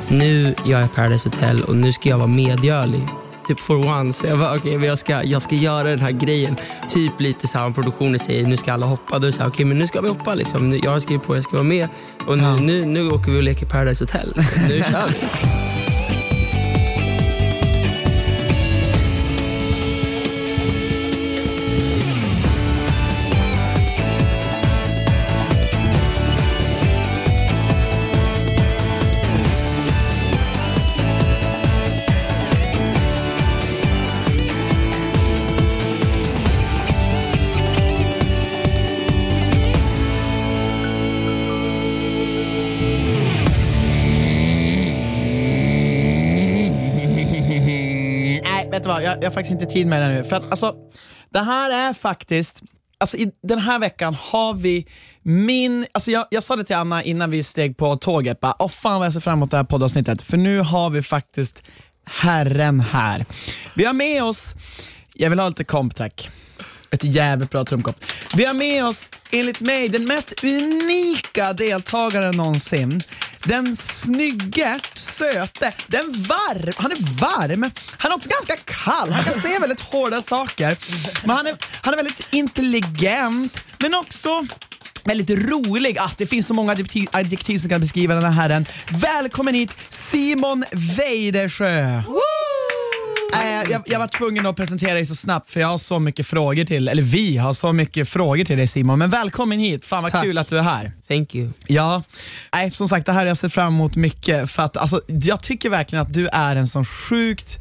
nu gör jag Paradise Hotel och nu ska jag vara medgörlig. Typ for once. Jag bara, okej, men jag ska göra den här grejen. Typ lite så här om produktionen säger, nu ska alla hoppa. Då är det så här, okej, men nu ska vi hoppa liksom. Jag har skrivit på, jag ska vara med. Och nu åker vi och leker Paradise Hotel. Nu kör vi. Jag har faktiskt inte tid med det nu. För att alltså, det här är faktiskt... Alltså i den här veckan har vi alltså jag sa det till Anna innan vi steg på tåget. Bara, fan vad jag ser fram emot det här poddavsnittet. För nu har vi faktiskt herren här. Vi har med oss... Jag vill ha lite komp, tack. Ett jävligt bra trumkopp. Vi har med oss, enligt mig, den mest unika deltagaren någonsin. Den snygge, söte, han är varm. Han är också ganska kall. Han kan säga väldigt hårda saker. Men han är väldigt intelligent, men också väldigt rolig. Det finns så många adjektiv som kan beskriva den här herren. Välkommen hit, Simon Weidersjö. Jag var tvungen att presentera dig så snabbt för jag har så mycket frågor till, eller vi har så mycket frågor till dig, Simon. Men välkommen hit, fan vad Tack. Kul att du är här. Thank you. Ja, som sagt, det här har jag sett fram emot mycket. För att alltså, jag tycker verkligen att du är en sån sjukt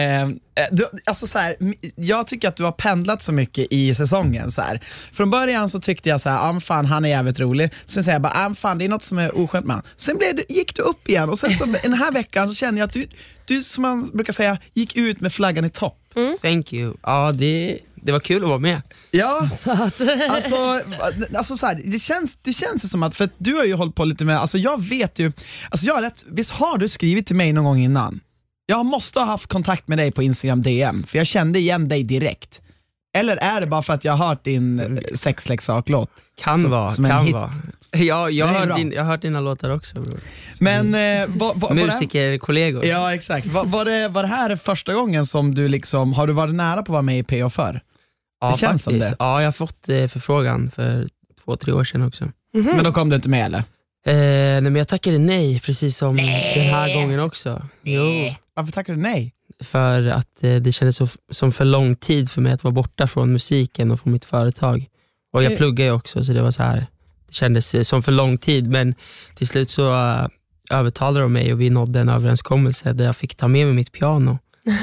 jag tycker att du har pendlat så mycket i säsongen så här. Från början så tyckte jag så här, fan han är jävligt rolig. Sen säger jag bara, fan det är något som är oskönt med han. Sen gick du upp igen och sen så den här veckan så kände jag att du som man brukar säga gick ut med flaggan i topp. Thank you. Ja, det var kul att vara med. Ja, alltså så här, det känns ju som att, för att du har ju hållit på lite med, alltså jag vet ju, alltså visst har du skrivit till mig någon gång innan? Jag måste ha haft kontakt med dig på Instagram DM, för jag kände igen dig direkt. Eller är det bara för att jag har hört din sexleksaklåt? Kan vara. Ja, jag har hört dina låtar också, bror. Men musikerkollegor. Ja, exakt. Var det här första gången som du liksom, har du varit nära på att vara med i PO för? Ja, det känns faktiskt som det. Ja, jag har fått förfrågan för 2-3 år sedan också. Mm-hmm. Men då kom du inte med, eller? Nej, men jag tackade nej, precis som den här gången också. Jo. Varför tackade du nej? För att det kändes som för lång tid för mig att vara borta från musiken och från mitt företag. Och jag pluggar ju också, så det var så här. Det kändes som för lång tid, men till slut så övertalade de mig och vi nådde en överenskommelse där jag fick ta med mig mitt piano.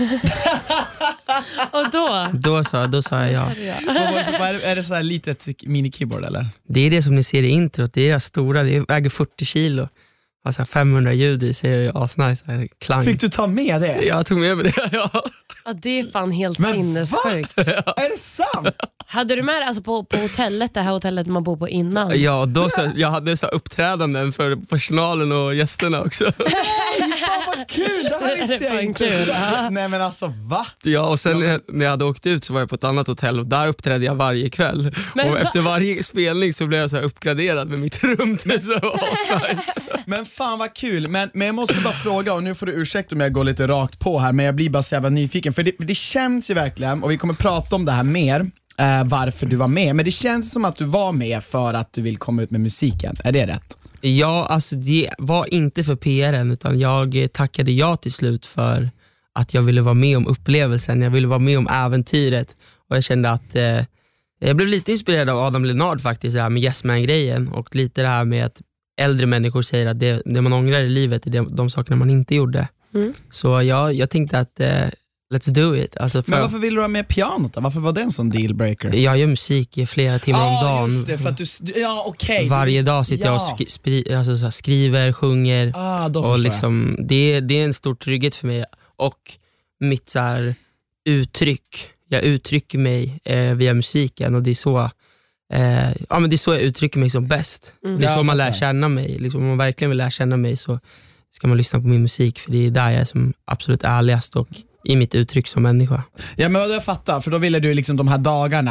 Och då sa jag ja. Är det så här litet mini-keyboard eller? Det är det som ni ser i introt. Det är stora, det väger 40 kilo. Har så här 500 ljud i, ser jag asnice klang. Fick du ta med det? Jag tog med mig det, ja. Ja, det är fan helt sinnessjukt. Ja. Är det sant? Hade du med det alltså på hotellet, det här hotellet man bor på innan? Ja, jag hade så uppträdanden för personalen och gästerna också. Nej, fan vad kul, det här visste jag inte. Kul, ja. Nej men alltså, va? Ja, och sen när jag hade åkt ut så var jag på ett annat hotell och där uppträdde jag varje kväll. Och efter varje spelning så blev jag så här uppgraderad med mitt rum. Typ, så nice. Men fan vad kul, men jag måste bara fråga, och nu får du ursäkta om jag går lite rakt på här, men jag blir bara så jävla nyfiken, för det känns ju verkligen, och vi kommer prata om det här mer, varför du var med, men det känns som att du var med för att du vill komma ut med musiken, är det rätt? Ja, alltså det var inte för PR:n, utan jag tackade ja till slut för att jag ville vara med om upplevelsen, jag ville vara med om äventyret, och jag kände att jag blev lite inspirerad av Adam Lennard faktiskt, det här med Yes Man-grejen, och lite det här med att äldre människor säger att det man ångrar i livet är de sakerna man inte gjorde. Så jag tänkte att let's do it. Alltså men varför vill du ha med pianot då? Varför var det en sån dealbreaker? Jag gör musik i flera timmar om dagen. Just det, för att okay. Varje dag sitter jag och skriver, sjunger. Och liksom, det är en stor trygghet för mig. Och mitt så här, uttryck. Jag uttrycker mig via musiken, och det är så men det är så jag uttrycker mig som bäst. Det är så man lär känna mig. Liksom, om man verkligen vill lära känna mig så ska man lyssna på min musik, för det är där jag är som absolut ärligast och i mitt uttryck som människa. Ja, men vad jag fattar, för då ville du liksom de här dagarna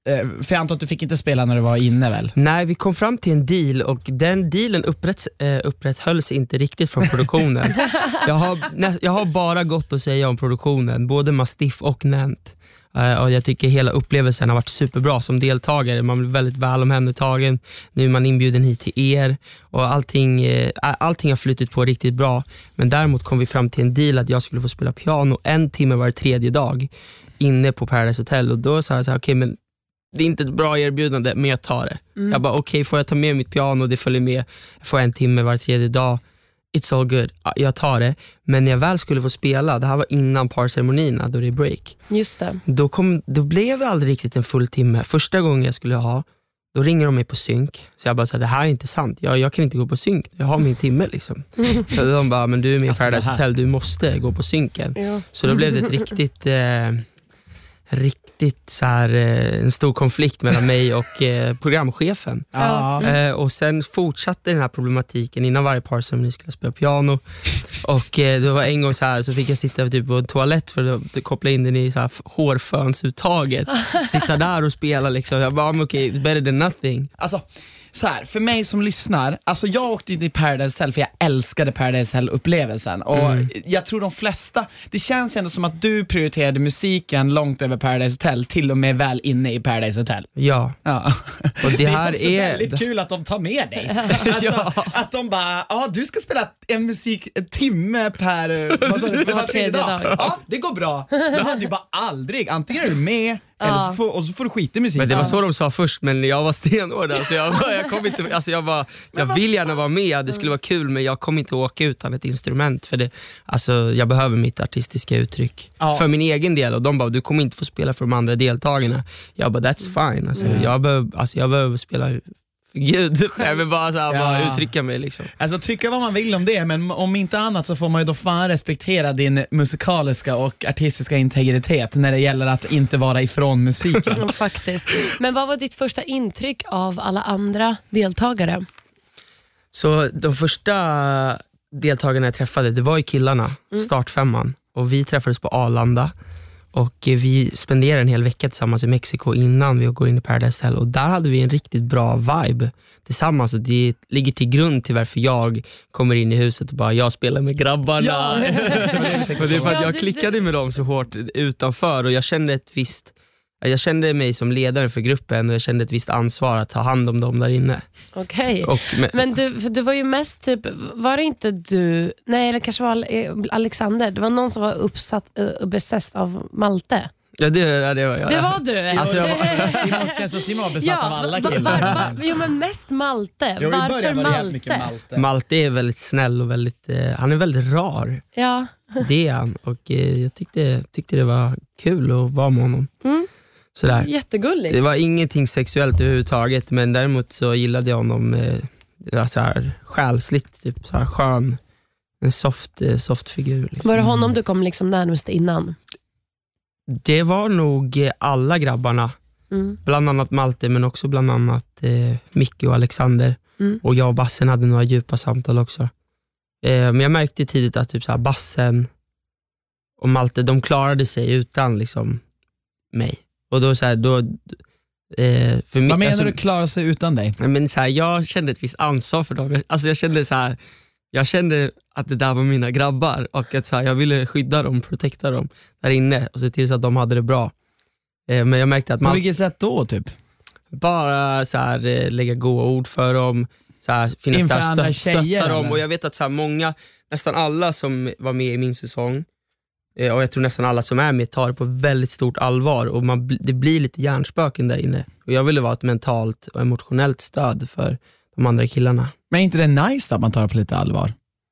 för jag antar att du fick inte spela när du var inne väl? Nej, vi kom fram till en deal och den dealen upprätthölls inte riktigt från produktionen. Jag har bara gott att säga om produktionen, både Mastiff och Nent. Och jag tycker hela upplevelsen har varit superbra som deltagare. Man blir väldigt väl omhändertagen. Nu är man inbjuden hit till er och allting har flyttat på riktigt bra. Men däremot kom vi fram till en deal att jag skulle få spela piano 1 timme var tredje dag inne på Paradise Hotel. Och då sa jag så här, okej, men det är inte ett bra erbjudande, men jag tar det. Jag bara, okej, får jag ta med mitt piano, det följer med. Jag får 1 timme var tredje dag. It's all good, jag tar det. Men när jag väl skulle få spela, det här var innan parceremonierna, då det är break. Just det. Då blev det aldrig riktigt en full timme. Första gången jag skulle ha, då ringer de mig på synk. Så jag bara sa, det här är inte sant, jag kan inte gå på synk, jag har min timme liksom. Så de bara, men du är med i Paradise Hotel, du måste gå på synken. Ja. Så då blev det ett riktigt så här, en stor konflikt mellan mig och programchefen. Och sen fortsatte den här problematiken innan varje parceremoni skulle spela piano. Och det var en gång så här, så fick jag sitta typ på en toalett för att koppla in den i så här hårfönsuttaget. Sitta där och spela liksom. Jag bara, okej, it's better than nothing. Alltså, så här, för mig som lyssnar, alltså jag åkte in i Paradise Hotel för jag älskade Paradise Hotel-upplevelsen. Och jag tror de flesta, det känns ändå som att du prioriterade musiken långt över Paradise Hotel, till och med väl inne i Paradise Hotel. Ja. Och det här är också väldigt kul att de tar med dig. Alltså, att de bara, du ska spela en musik en timme per tredje dag. Ja, det går bra. Då hade ju bara aldrig, antingen är du med eller och så får du skita i musik. Men det var så de sa först, men jag var stenhård. Alltså jag kom inte, alltså jag vill gärna vara med, det skulle vara kul, men jag kommer inte åka utan ett instrument för det. Alltså jag behöver mitt artistiska uttryck för min egen del, och de bara, du kommer inte få spela för de andra deltagarna. Jag bara, that's fine. Alltså jag behöver spela för Gud. Jag vill bara uttrycka mig liksom. Alltså tycka vad man vill om det, men om inte annat så får man ju då fan respektera din musikaliska och artistiska integritet när det gäller att inte vara ifrån musiken. Faktiskt. Men vad var ditt första intryck av alla andra deltagare? Så de första deltagarna jag träffade, det var ju killarna, startfemman. Och vi träffades på Arlanda. Och vi spenderade en hel vecka tillsammans i Mexiko innan vi går in i Paradise Hotel. Och där hade vi en riktigt bra vibe tillsammans. Och det ligger till grund till varför jag kommer in i huset och bara, jag spelar med grabbarna. Ja. Och det är för att jag klickade med dem så hårt utanför. Och jag kände mig som ledare för gruppen och jag kände ett visst ansvar att ta hand om dem där inne. Okej. Men du var ju mest typ, var det inte du, nej det kanske var Alexander, det var någon som var besatt av Malte. Ja, det var jag. Det var du. Alltså, Simon var besatt av alla killar. Jo, men mest Malte. Jo, varför Malte? Malte är väldigt snäll och väldigt, han är väldigt rar. Ja. Det är han. Och jag tyckte det var kul att vara med honom. Sådär. Jättegulligt. Det var ingenting sexuellt överhuvudtaget, men däremot så gillade jag honom så här själsligt, typ så här skön, en soft figur liksom. Var det honom du kom liksom närmast innan? Det var nog alla grabbarna. Bland annat Malte, men också bland annat Micke och Alexander. Och jag och Bassen hade några djupa samtal också. Men jag märkte tidigt att typ så här, Bassen och Malte, de klarade sig utan liksom mig. Och då så här, för mig, vad menar du klara sig utan dig? Men så här, jag kände ett visst ansvar för dem. Alltså jag kände att det där var mina grabbar och att så här, jag ville skydda dem, protekta dem där inne och se till så att de hade det bra. Men jag märkte att på vilket sätt då typ? Bara så här, lägga goda ord för dem, så här, finnas där, stötta dem. Och jag vet att så här, många, nästan alla som var med i min säsong, och jag tror nästan alla som är med tar det på väldigt stort allvar, och det blir lite hjärnspöken där inne. Och jag ville vara ett mentalt och emotionellt stöd för de andra killarna. Men är inte det nice att man tar det på lite allvar?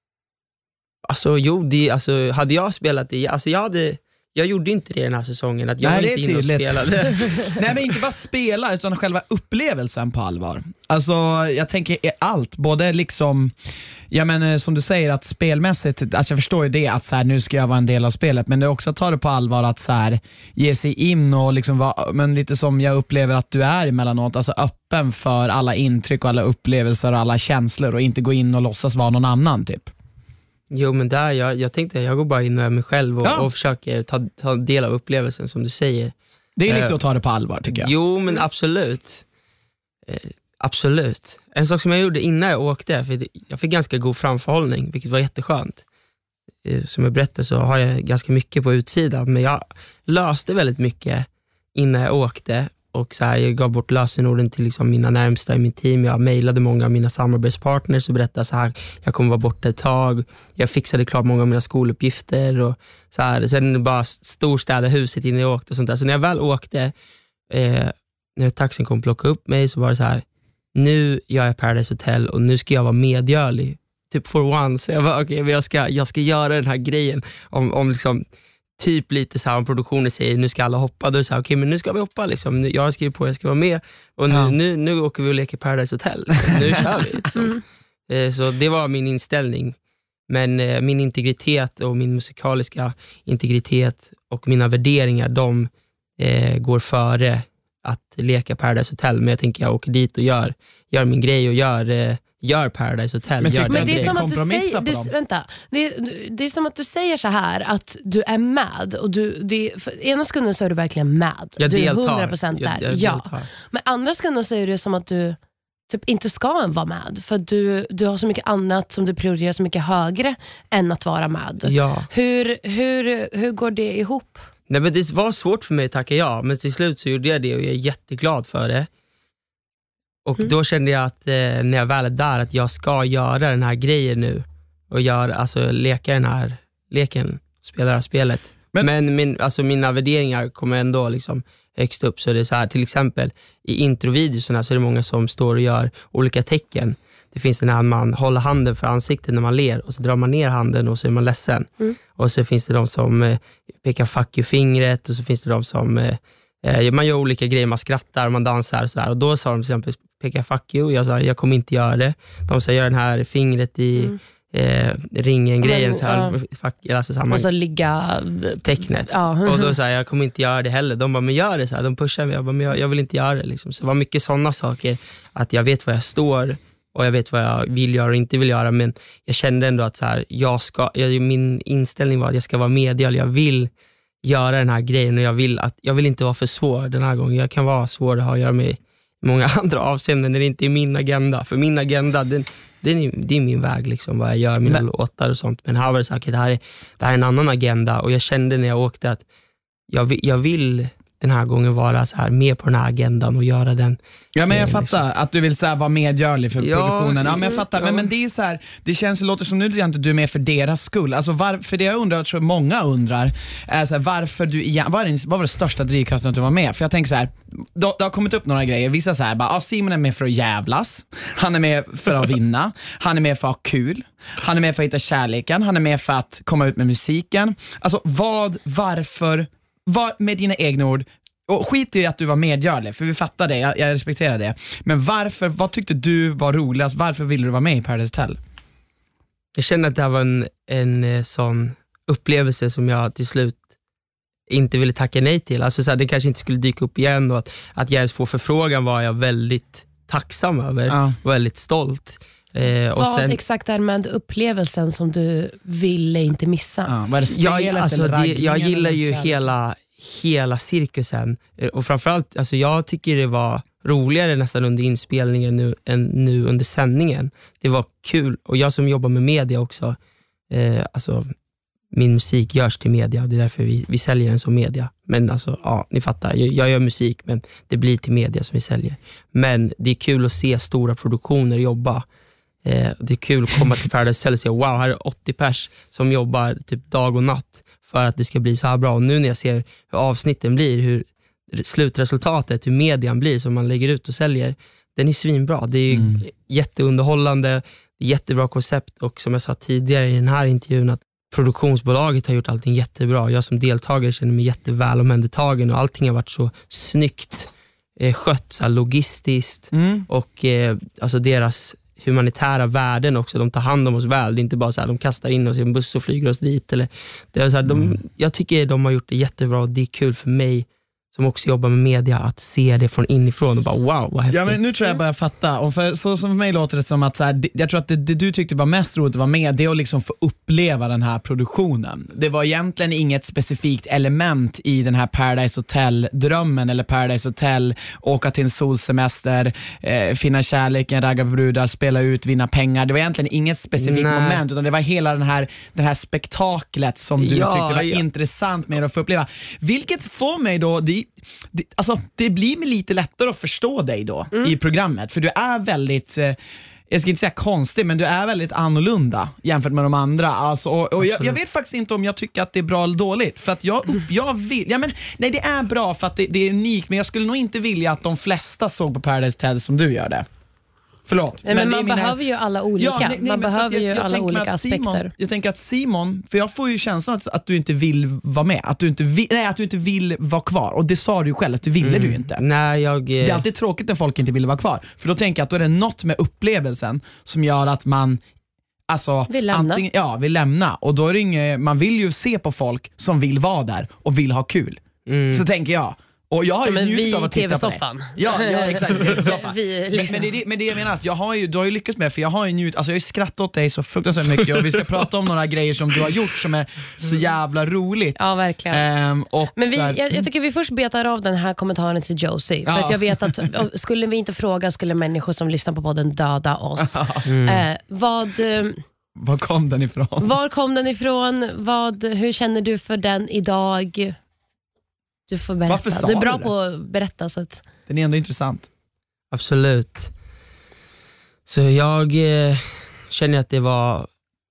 Alltså hade jag spelat det, alltså jag gjorde inte det den här säsongen, att jag var inte inne och spelade. Nej, men inte bara spela utan själva upplevelsen på allvar. Alltså jag tänker allt, både liksom, ja men som du säger att spelmässigt, alltså jag förstår ju det att så här, nu ska jag vara en del av spelet, men det är också att ta det på allvar att så här, ge sig in och liksom vara, men lite som jag upplever att du är emellanåt, alltså öppen för alla intryck och alla upplevelser och alla känslor och inte gå in och låtsas vara någon annan typ. Jo, men där, jag tänkte jag går bara in med mig själv och försöker ta del av upplevelsen som du säger. Det är lite att ta det på allvar tycker jag. Jo, men absolut. Absolut. En sak som jag gjorde innan jag åkte, för jag fick ganska god framförhållning, vilket var jätteskönt. Som jag berättade så har jag ganska mycket på utsidan, men jag löste väldigt mycket innan jag åkte. Och så här, jag gav bort lösenorden till liksom mina närmsta i min team. Jag mejlade många av mina samarbetspartners och berättade så här, jag kommer vara borta ett tag. Jag fixade klart många av mina skoluppgifter och så här. Sen bara storstäda huset innan jag åkte och sånt där. Så när jag väl åkte, när taxin kom plocka upp mig, så var det så här, nu gör jag Paradise Hotel och nu ska jag vara medgörlig. Typ for once. Jag bara, okej, men jag ska göra den här grejen om liksom typ lite så här, om produktionen säger nu ska alla hoppa, då är det så här, okej, men nu ska vi hoppa liksom. Jag har skrivit på, jag ska vara med och nu åker vi och leker Paradise Hotel. Nu kör vi liksom. Så det var min inställning. Men min integritet och min musikaliska integritet och mina värderingar, de går före att leka Paradise Hotel. Men jag tänker jag åker dit och gör min grej och gör Paradise Hotel. Men det är som att du säger, vänta, det är som att du säger så här att du är med och för ena stunden så är du verkligen med. Jag du deltar. är 100% där. Jag deltar. Men andra stunden så är det som att du typ inte ska vara med, för du har så mycket annat som du prioriterar så mycket högre än att vara med. Ja. Hur går det ihop? Nej, men det var svårt för mig att tacka ja, men till slut så gjorde jag det och jag är jätteglad för det. Och då kände jag att när jag väl är där, att jag ska göra den här grejen nu och leka den här leken, spela det här spelet. Men mina värderingar kommer ändå liksom högst upp. Så det är så här, till exempel i introvideorna så är det många som står och gör olika tecken. Det finns den här man håller handen för ansiktet när man ler och så drar man ner handen och så är man ledsen. Och så finns det de som pekar fuck you-fingret och så finns det de som man gör olika grejer, man skrattar, man dansar och sådär. Och då sa de till exempel peka fuck you, jag sa jag kommer inte göra det. De sa gör den här fingret i ringen-grejen så här, alltså samma, och så ligga tecknet. Och då sa jag kommer inte göra det heller. De bara men gör det så här. De pushar mig, jag bara, men jag vill inte göra det liksom. Så det var mycket sådana saker, att jag vet var jag står och jag vet vad jag vill göra och inte vill göra, men jag kände ändå att så här, min inställning var att jag ska vara medial, jag vill göra den här grejen och jag vill inte vara för svår den här gången. Jag kan vara svår att ha att göra med många andra avseenden när det inte är min agenda. För min agenda, det är min väg liksom, vad jag gör, mina låtar och sånt. Men här var det så att det här är en annan agenda och jag kände när jag åkte att jag vill den här gången vara så här med på den här agendan och göra den. Ja, men jag fattar att du vill så här vara medgörlig för produktionen. Ja, men jag fattar. Men det är så här, det låter som nu att du är med för deras skull. Alltså för det jag undrar, jag tror många undrar, är så här, varför vad var det största drivkraften att du var med? För jag tänker så här, det har kommit upp några grejer. Vissa så här, bara, Simon är med för att jävlas. Han är med för att vinna. Han är med för att ha kul. Han är med för att hitta kärleken. Han är med för att komma ut med musiken. Alltså varför med dina egna ord, och skit i att du var medgörlig, för vi fattar det, jag respekterar det, men vad tyckte du var roligast? Varför ville du vara med i Paradise Hotel? Jag kände att det här var en sån upplevelse som jag till slut inte ville tacka nej till. Alltså så här, det kanske inte skulle dyka upp igen, och att jag ens får förfrågan var jag väldigt tacksam över och väldigt stolt. Vad exakt är med upplevelsen som du ville inte missa? Var det spelet jag gillar ju hela cirkusen, och framförallt, alltså jag tycker det var roligare nästan under inspelningen än nu under sändningen. Det var kul, och jag som jobbar med media också, alltså min musik görs till media, och det är därför vi säljer den som media. Men alltså, ja, ni fattar, jag gör musik men det blir till media som vi säljer. Men det är kul att se stora produktioner jobba. Det är kul att komma till Paradise Hotel och se, wow, här är 80 pers som jobbar typ dag och natt för att det ska bli så här bra. Och nu när jag ser hur avsnitten blir, hur slutresultatet, hur median blir som man lägger ut och säljer, den är svinbra. Det är jätteunderhållande, jättebra koncept, och som jag sa tidigare i den här intervjun, att produktionsbolaget har gjort allting jättebra. Jag som deltagare känner mig jätteväl omhändertagen, och allting har varit så snyggt skött, så här logistiskt, och alltså deras humanitära värden också, de tar hand om oss väl. Det är inte bara så här, de kastar in oss i en buss och flyger oss dit, eller det är så här, jag tycker de har gjort det jättebra, och det är kul för mig som också jobbar med media att se det från inifrån och bara wow, vad häftigt. Ja, men nu tror jag bara fatta. Och så som för mig låter det som att så här, jag tror att det du tyckte var mest roligt att vara med, det är att liksom få uppleva den här produktionen. Det var egentligen inget specifikt element i den här Paradise Hotel-drömmen eller Paradise Hotel, åka till en solsemester, finna kärleken, ragga brudar, spela ut, vinna pengar. Det var egentligen inget specifikt moment, utan det var hela den här spektaklet som du tyckte var intressant med att få uppleva. Vilket får mig då, det blir mig lite lättare att förstå dig då i programmet, för du är väldigt, jag ska inte säga konstig, men du är väldigt annorlunda jämfört med de andra. Alltså, och jag vet faktiskt inte om jag tycker att det är bra eller dåligt, för att jag vill, nej, det är bra för att det är unikt, men jag skulle nog inte vilja att de flesta såg på Paradise Hotel som du gör det. Förlåt. Men man behöver ju alla olika. Man behöver ju alla olika aspekter. Jag tänker att Simon, för jag får ju känslan att du inte vill vara med, att du inte vill vara kvar. Och det sa du ju själv att du ville du inte. Nej, det är alltid tråkigt när folk inte vill vara kvar. För då tänker jag att då är det något med upplevelsen som gör att man vill lämna. Vill lämna. Och då är det man vill ju se på folk som vill vara där och vill ha kul. Så tänker jag. Och jag har ju njut av att titta på det. Ja, exakt. Men det jag menar att du har ju lyckats med, för jag har ju njut, alltså jag har ju skrattat åt dig så fruktansvärt mycket, och vi ska prata om några grejer som du har gjort som är så jävla roligt. Ja, verkligen. Men jag tycker vi först betar av den här kommentaren till Josie, för att jag vet att skulle vi inte fråga skulle människor som lyssnar på podden döda oss. Var kom den ifrån? Var kom den ifrån? Hur känner du för den idag? Du får berätta. Du är bra på att berätta. Så att... Den är ändå intressant. Absolut. Så jag känner att det var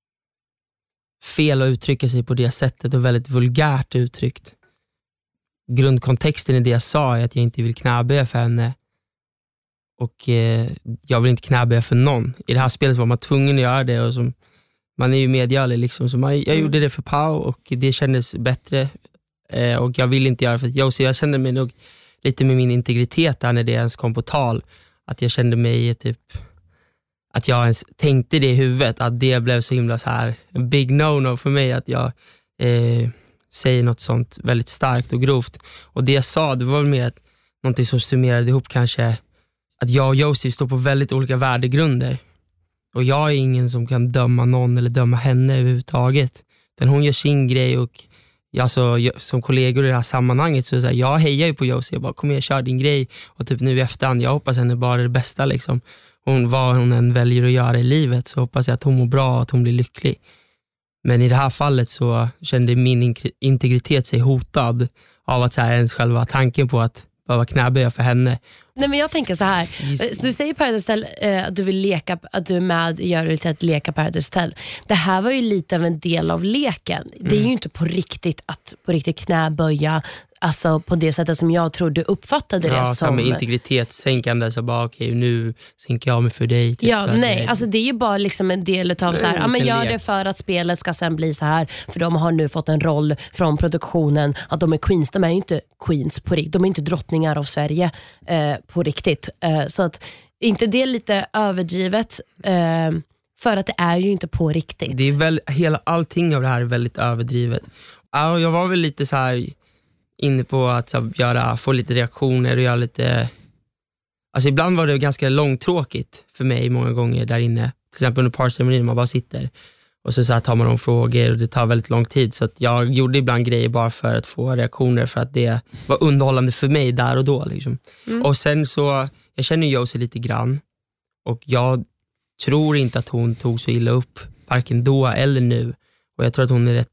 fel att uttrycka sig på det sättet och väldigt vulgärt uttryckt. Grundkontexten i det jag sa är att jag inte vill knäböja för henne. Och jag vill inte knäböja för någon. I det här spelet var man tvungen att göra det. Och man är ju medgörlig liksom. Så jag gjorde det för Pau och det kändes bättre. Och jag vill inte göra för jag kände mig nog lite med min integritet där när det ens kom på tal, att jag kände mig typ att jag ens tänkte det i huvudet, att det blev så himla så här en big no-no för mig att jag säger något sånt väldigt starkt och grovt. Och det jag sa, det var väl mer någonting som summerade ihop kanske att jag och Josie står på väldigt olika värdegrunder, och jag är ingen som kan döma någon eller döma henne överhuvudtaget, utan hon gör sin grej. Och som kollegor i det här sammanhanget så jag hejar ju på Josie och bara kom igen, kör din grej, och typ nu i efterhand, jag hoppas henne bara det bästa liksom. Vad hon än väljer att göra i livet så hoppas jag att hon mår bra och att hon blir lycklig. Men i det här fallet så kände min integritet sig hotad av att så här, ens själva tanken på att bara knäböja för henne. Nej, men jag tänker så här. Du säger Paradise Hotel att du vill leka, att du är med och gör det till att leka Paradise Hotel. Det här var ju lite av en del av leken. Det är ju inte på riktigt att knäböja, alltså på det sättet som jag tror du uppfattade det som. Med integritetssänkande så bara okej, nu sänker jag mig för dig. Typ, alltså det är ju bara liksom en del av så här, men gör det för att spelet ska sen bli så här, för de har nu fått en roll från produktionen att de är queens. De är ju inte queens på riktigt. De är inte drottningar av Sverige på riktigt. Så att inte det är lite överdrivet, för att det är ju inte på riktigt. Det är väl allting av det här är väldigt överdrivet. Jag var väl lite så här inne på att få lite reaktioner och göra lite, alltså ibland var det ganska långtråkigt för mig många gånger där inne, till exempel under parceremonin, man bara sitter och så tar man de frågor och det tar väldigt lång tid, så att jag gjorde ibland grejer bara för att få reaktioner, för att det var underhållande för mig där och då liksom. Och sen så, jag känner Josie lite grann och jag tror inte att hon tog så illa upp varken då eller nu, och jag tror att hon är rätt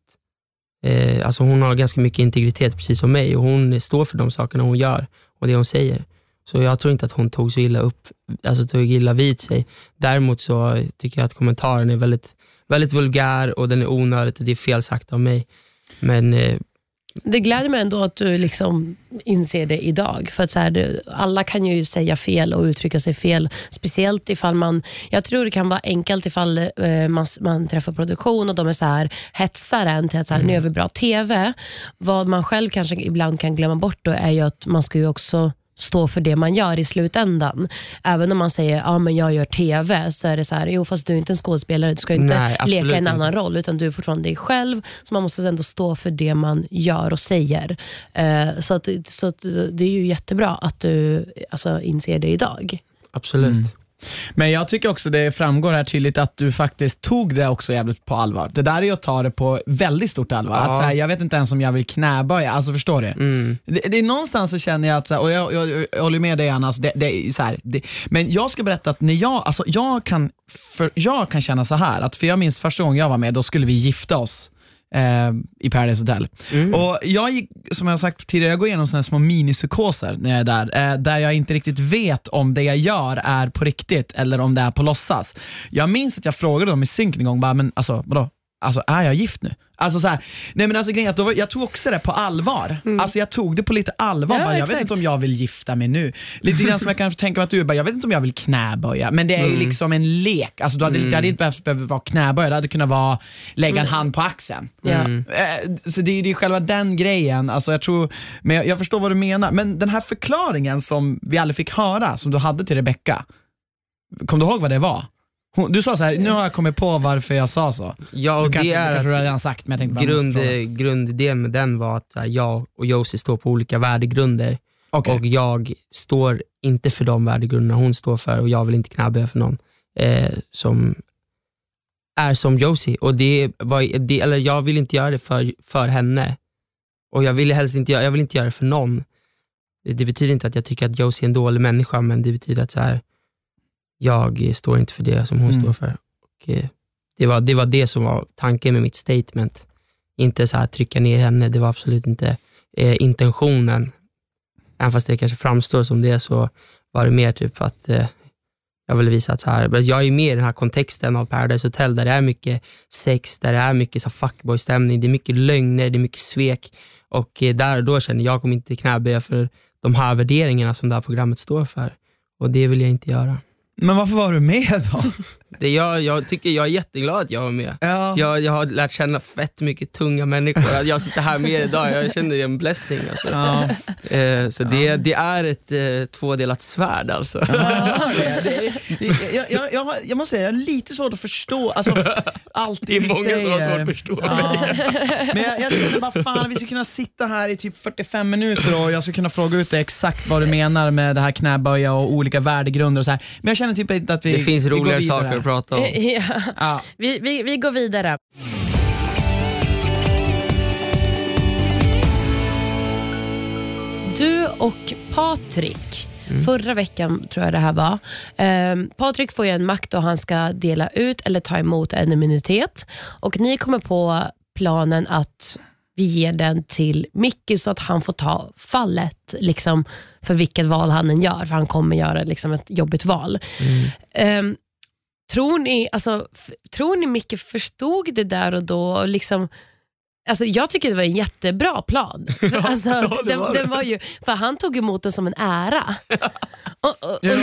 alltså hon har ganska mycket integritet precis som mig, och hon står för de sakerna hon gör och det hon säger. Så jag tror inte att hon tog så illa upp, alltså tog illa vid sig. Däremot så tycker jag att kommentaren är väldigt, väldigt vulgär och den är onödigt och det är fel sagt av mig. Men det gläder mig ändå att du liksom inser det idag. För att så här, alla kan ju säga fel och uttrycka sig fel. Speciellt ifall jag tror det kan vara enkelt ifall man träffar produktion och de är så här, hetsar en till att så här, nu gör vi bra tv. Vad man själv kanske ibland kan glömma bort då är ju att man ska ju också stå för det man gör i slutändan. Även om man säger, men jag gör tv, så är det så här, jo fast du är inte en skådespelare, du ska inte leka en annan roll, utan du är fortfarande dig själv, så man måste ändå stå för det man gör och säger. Så det är ju jättebra att du inser det idag. Absolut. Men jag tycker också det framgår här tydligt att du faktiskt tog det också jävligt på allvar. Det där är ju att ta det på väldigt stort allvar. Att säga, jag vet inte ens om jag vill knäböja. Alltså förstår du? Det är någonstans så känner jag att, och jag håller med dig Anna, alltså, det är så här, men jag ska berätta att när jag kan känna så här, att för jag minns första gången jag var med, då skulle vi gifta oss i Paradise Hotel. Och jag gick, som jag sagt tidigare, jag går igenom såna här små minipsykoser när jag är där jag inte riktigt vet om det jag gör är på riktigt eller om det är på låtsas. Jag minns att jag frågade dem i synk en gång, bara, men alltså vadå? Alltså är jag gift nu? Alltså så här, nej men alltså grejen att jag tog också det på allvar. Alltså jag tog det på lite allvar. Ja, bara, jag vet inte om jag vill gifta mig nu. Lite grann som jag kanske tänker att du bara, jag vet inte om jag vill knäböja. Men det är ju liksom en lek. Alltså det hade inte behövt vara knäböja. Det hade kunnat vara lägga en hand på axeln. Så det är ju själva den grejen. Alltså jag tror, men jag förstår vad du menar. Men den här förklaringen som vi aldrig fick höra, som du hade till Rebecca, kom du ihåg vad det var? Du sa så här, nu har jag kommit på varför jag sa så. Ja, och kanske, det är kanske redan sagt, men jag tänkte grundidén med den var att jag och Josie står på olika värdegrunder. Okay. Och jag står inte för de värdegrunderna hon står för, och jag vill inte knäböja för någon som är som Josie. Och eller jag vill inte göra det för henne. Och jag vill inte göra det för någon. Det betyder inte att jag tycker att Josie är en dålig människa, men det betyder att så här, jag står inte för det som hon står för. Och det var det som var tanken med mitt statement. Inte så här trycka ner henne, det var absolut inte intentionen. Även fast det kanske framstår som det, så var det mer typ att jag ville visa att så här, jag är med i den här kontexten av Paradise Hotel, där det är mycket sex, där det är mycket så fuckboy-stämning, det är mycket lögner, det är mycket svek. Och där och då känner jag kommer inte knäböja för de här värderingarna som det här programmet står för. Och det vill jag inte göra. Men varför var du med då? Jag tycker jag är jätteglad att jag var med. Ja. Jag har lärt känna fett mycket tunga människor. Att jag sitter här med idag, jag känner det är en blessing alltså. Ja. Så det är ett tvådelat svärd alltså. Jag måste säga, jag är lite svårt att förstå alltså, allt det är många säger. som har svårt att förstå. Men jag känner bara, fan, vi ska kunna sitta här i typ 45 minuter och jag ska kunna fråga ut dig exakt vad du menar med det här knäböja och olika värdegrunder och så här. Men jag känner typ inte att det finns roligare saker att prata om. Ja. Vi går vidare. Du och Patrik, förra veckan tror jag det här var, Patrik får ju en makt och han ska dela ut eller ta emot en immunitet, och ni kommer på planen att vi ger den till Micke så att han får ta fallet liksom, för vilket val han än gör, för han kommer göra liksom, ett jobbigt val. Tror ni Micke förstod det där och då och liksom, alltså jag tycker det var en jättebra plan. Alltså, den var ju, för han tog emot den som en ära. Han blev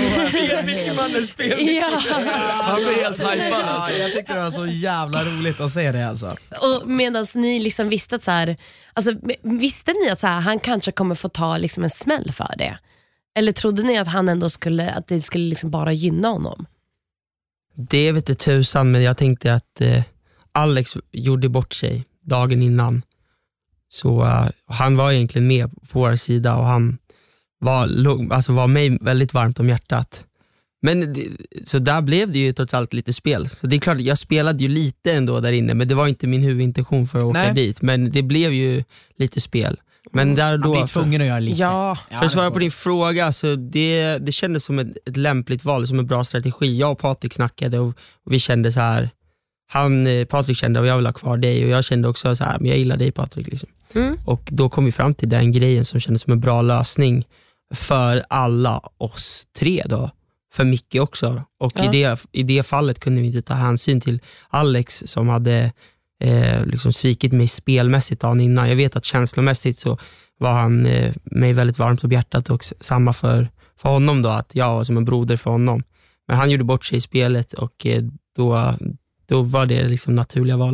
helt hypad alltså. Jag tyckte det var så jävla roligt att se det alltså. Och medan ni liksom visste att så här, alltså, visste ni att så här, han kanske kommer få ta liksom en smäll för det? Eller trodde ni att han ändå att det skulle liksom bara gynna honom? Det vet inte tusan, men jag tänkte att Alex gjorde bort sig dagen innan. Så han var egentligen med på vår sida och han var mig väldigt varmt om hjärtat. Men så där blev det ju trots allt lite spel. Så det är klart, jag spelade ju lite ändå där inne, men det var inte min huvudintention för att åka dit. Men det blev ju lite spel. Men där då, han blir tvungen att göra lite. Ja. För att svara på din fråga, så det kändes som ett lämpligt val, som en bra strategi. Jag och Patrik snackade och vi kände så här. Patrik kände att jag vill ha kvar dig, och jag kände också så här, men jag gillar dig Patrik liksom. Och då kom vi fram till den grejen som kändes som en bra lösning för alla oss tre då, för Micke också. Och i det fallet kunde vi inte ta hänsyn till Alex som hade liksom svikit mig spelmässigt dagen innan. Jag vet att känslomässigt så var han mig väldigt varmt om hjärtat, och samma för honom då, att jag var som en broder för honom. Men han gjorde bort sig i spelet, och då var det liksom naturliga valet.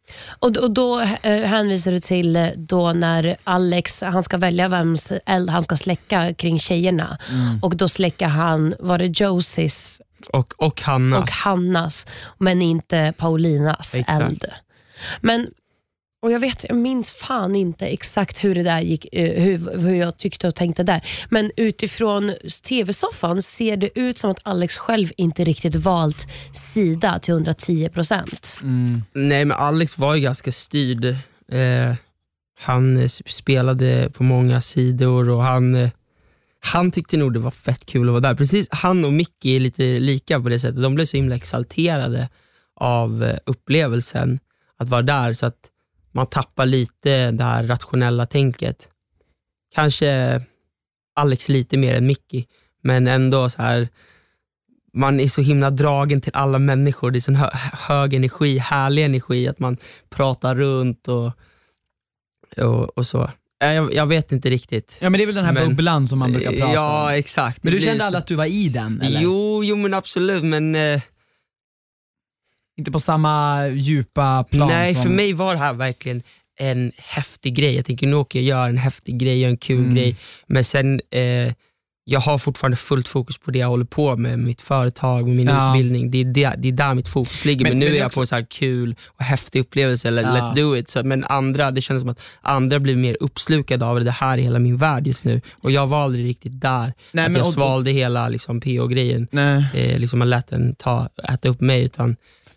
Och då hänvisar du till då när Alex, han ska välja vems eld han ska släcka kring tjejerna. Och då släcker han, var det Josies och Hannas, men inte Paulinas eld. Men och jag minns fan inte exakt hur det där gick, hur jag tyckte och tänkte där. Men utifrån tv-soffan ser det ut som att Alex själv inte riktigt valt sida till 110%. Nej, men Alex var ju ganska styrd. Han spelade på många sidor och han tyckte nog det var fett kul att vara där. Precis, han och Mickey är lite lika på det sättet. De blev så himla exalterade av upplevelsen att vara där, så att man tappar lite det här rationella tänket. Kanske Alex lite mer än Mickey, men ändå så här, man är så himla dragen till alla människor. Det är sån hög energi, härlig energi, att man pratar runt och så. Jag vet inte riktigt. Ja, men det är väl den här bubblan som man brukar prata om. Ja, exakt. Men du kände aldrig att du var i den, eller? Jo men absolut, men inte på samma djupa plan. Nej, för mig var det här verkligen en häftig grej. Jag tänker, nu åker jag göra en häftig grej, en kul grej. Men sen, jag har fortfarande fullt fokus på det jag håller på med mitt företag, med min utbildning. Det är där mitt fokus ligger. Men nu är jag på så här kul och häftig upplevelse, eller let's do it. Så, men andra, det känns som att andra blir mer uppslukade av det här i hela min värld just nu. Och jag var aldrig riktigt där. Nej, att jag svalde hela liksom, PO-grejen. Liksom man lät den äta upp mig, utan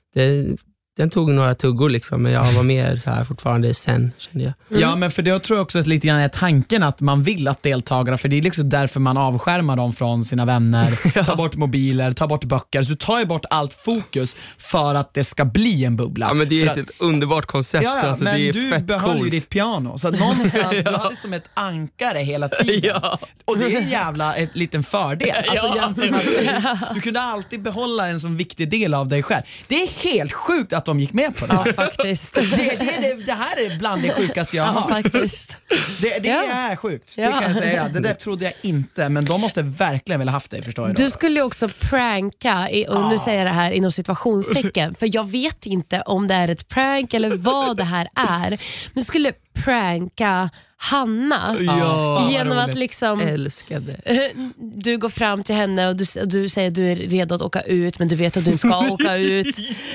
den tog några tuggor liksom, men jag var mer så här fortfarande sen, kände jag. Ja, men för det tror jag också att lite grann är tanken att man vill att deltagarna, för det är liksom därför man avskärmar dem från sina vänner, tar bort mobiler, tar bort böcker, så du tar ju bort allt fokus för att det ska bli en bubbla. Ja, men det är ett underbart koncept. Alltså, men det är du fett behöll coolt. ju ditt piano, så att någonstans du hade som ett ankare hela tiden. Och det är en jävla liten fördel. Alltså, jämfört med att du kunde alltid behålla en sån viktig del av dig själv. Det är helt sjukt att de gick med på det. Ja, faktiskt. Det här är bland det sjukaste jag har. Faktiskt. Det är sjukt, det kan jag säga. Det där trodde jag inte, men de måste verkligen vilja haft dig, förstår jag. Du skulle också pranka, och nu säger jag det här inom situationstecken, för jag vet inte om det är ett prank eller vad det här är, men du skulle pranka Hanna genom att liksom älskade. Du går fram till henne och du säger att du är redo att åka ut, men du vet att du ska åka ut.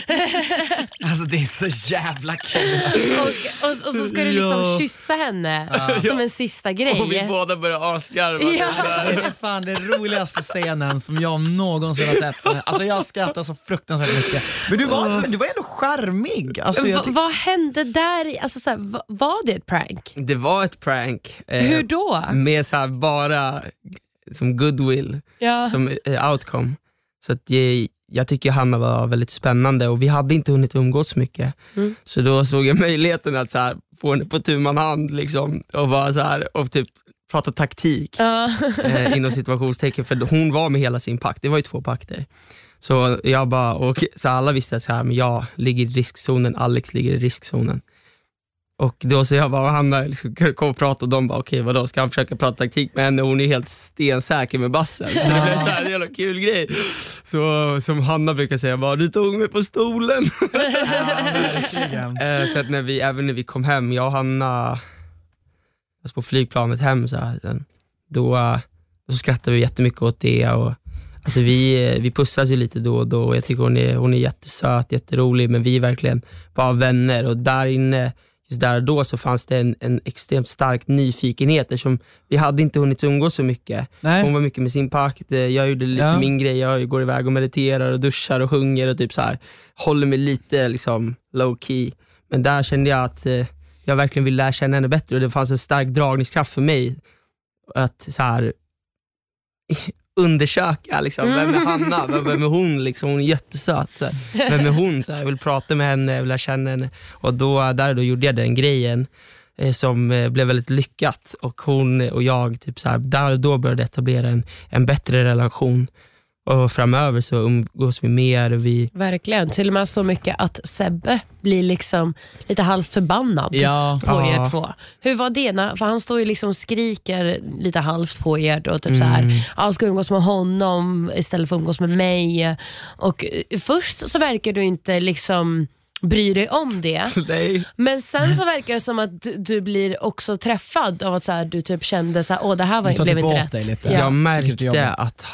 Alltså det är så jävla kul. och så ska du liksom kyssa henne som en sista grej. Och vi båda börjar asgarva. Det är fan den roligaste scenen som jag någonsin har sett. Alltså jag skrattar så fruktansvärt mycket. Men du var ändå charmig. Alltså, vad hände där? Alltså, så här, var det ett prank? Det var ett prank. Hur då? Med så här, bara som goodwill som outcome. Så att jag tycker Hanna var väldigt spännande, och vi hade inte hunnit umgås mycket. Så då såg jag möjligheten att så här, få henne på tu man hand liksom, och bara så här, och typ prata taktik inom situationstecken, för hon var med hela sin pakt. Det var ju 2 pakter. Så jag bara, och så alla visste att så här, men jag ligger i riskzonen, Alex ligger i riskzonen. Och då så jag bara, Hanna liksom kom och prata, och de bara, okej, vadå, ska han försöka prata taktik med henne? Hon är helt stensäker med bassen. Så det blev så här en jävla kul grej. Så som Hanna brukar säga, bara, du tog mig på stolen. Så att även när vi kom hem, jag och Hanna, alltså på flygplanet hem så här, då så skrattade vi jättemycket åt det, och alltså vi pussas ju lite då och då, och jag tycker hon är jättesöt, jätterolig, men vi är verkligen bara vänner. Och där inne, just där och då, så fanns det en extremt stark nyfikenhet, eftersom vi hade inte hunnit umgås så mycket. Nej. Hon var mycket med sin pakt, jag gjorde lite min grej, jag går iväg och mediterar och duschar och sjunger och typ så här, håller mig lite liksom low key. Men där kände jag att jag verkligen ville lära känna henne bättre, och det fanns en stark dragningskraft för mig att så här undersöka liksom, vem är Hanna, vem är hon liksom, hon är jättesöt så här. Vem är hon, så här, jag vill prata med henne, jag vill lära känna henne, och då gjorde jag den grejen som blev väldigt lyckat, och hon och jag typ så här, då började etablera en bättre relation, och framöver så umgås vi mer. Verkligen, till och med så mycket att Sebbe blir liksom lite halvt förbannad på er 2. Hur var det? För han står ju liksom och skriker lite halvt på er då, typ så här, ska umgås med honom istället för att umgås med mig. Och först så verkar du inte liksom bryr dig om det. Nej. Men sen så verkar det som att du blir också träffad av att så här, du typ kände så här, det här blev inte rätt. Lite. Ja. Jag märkte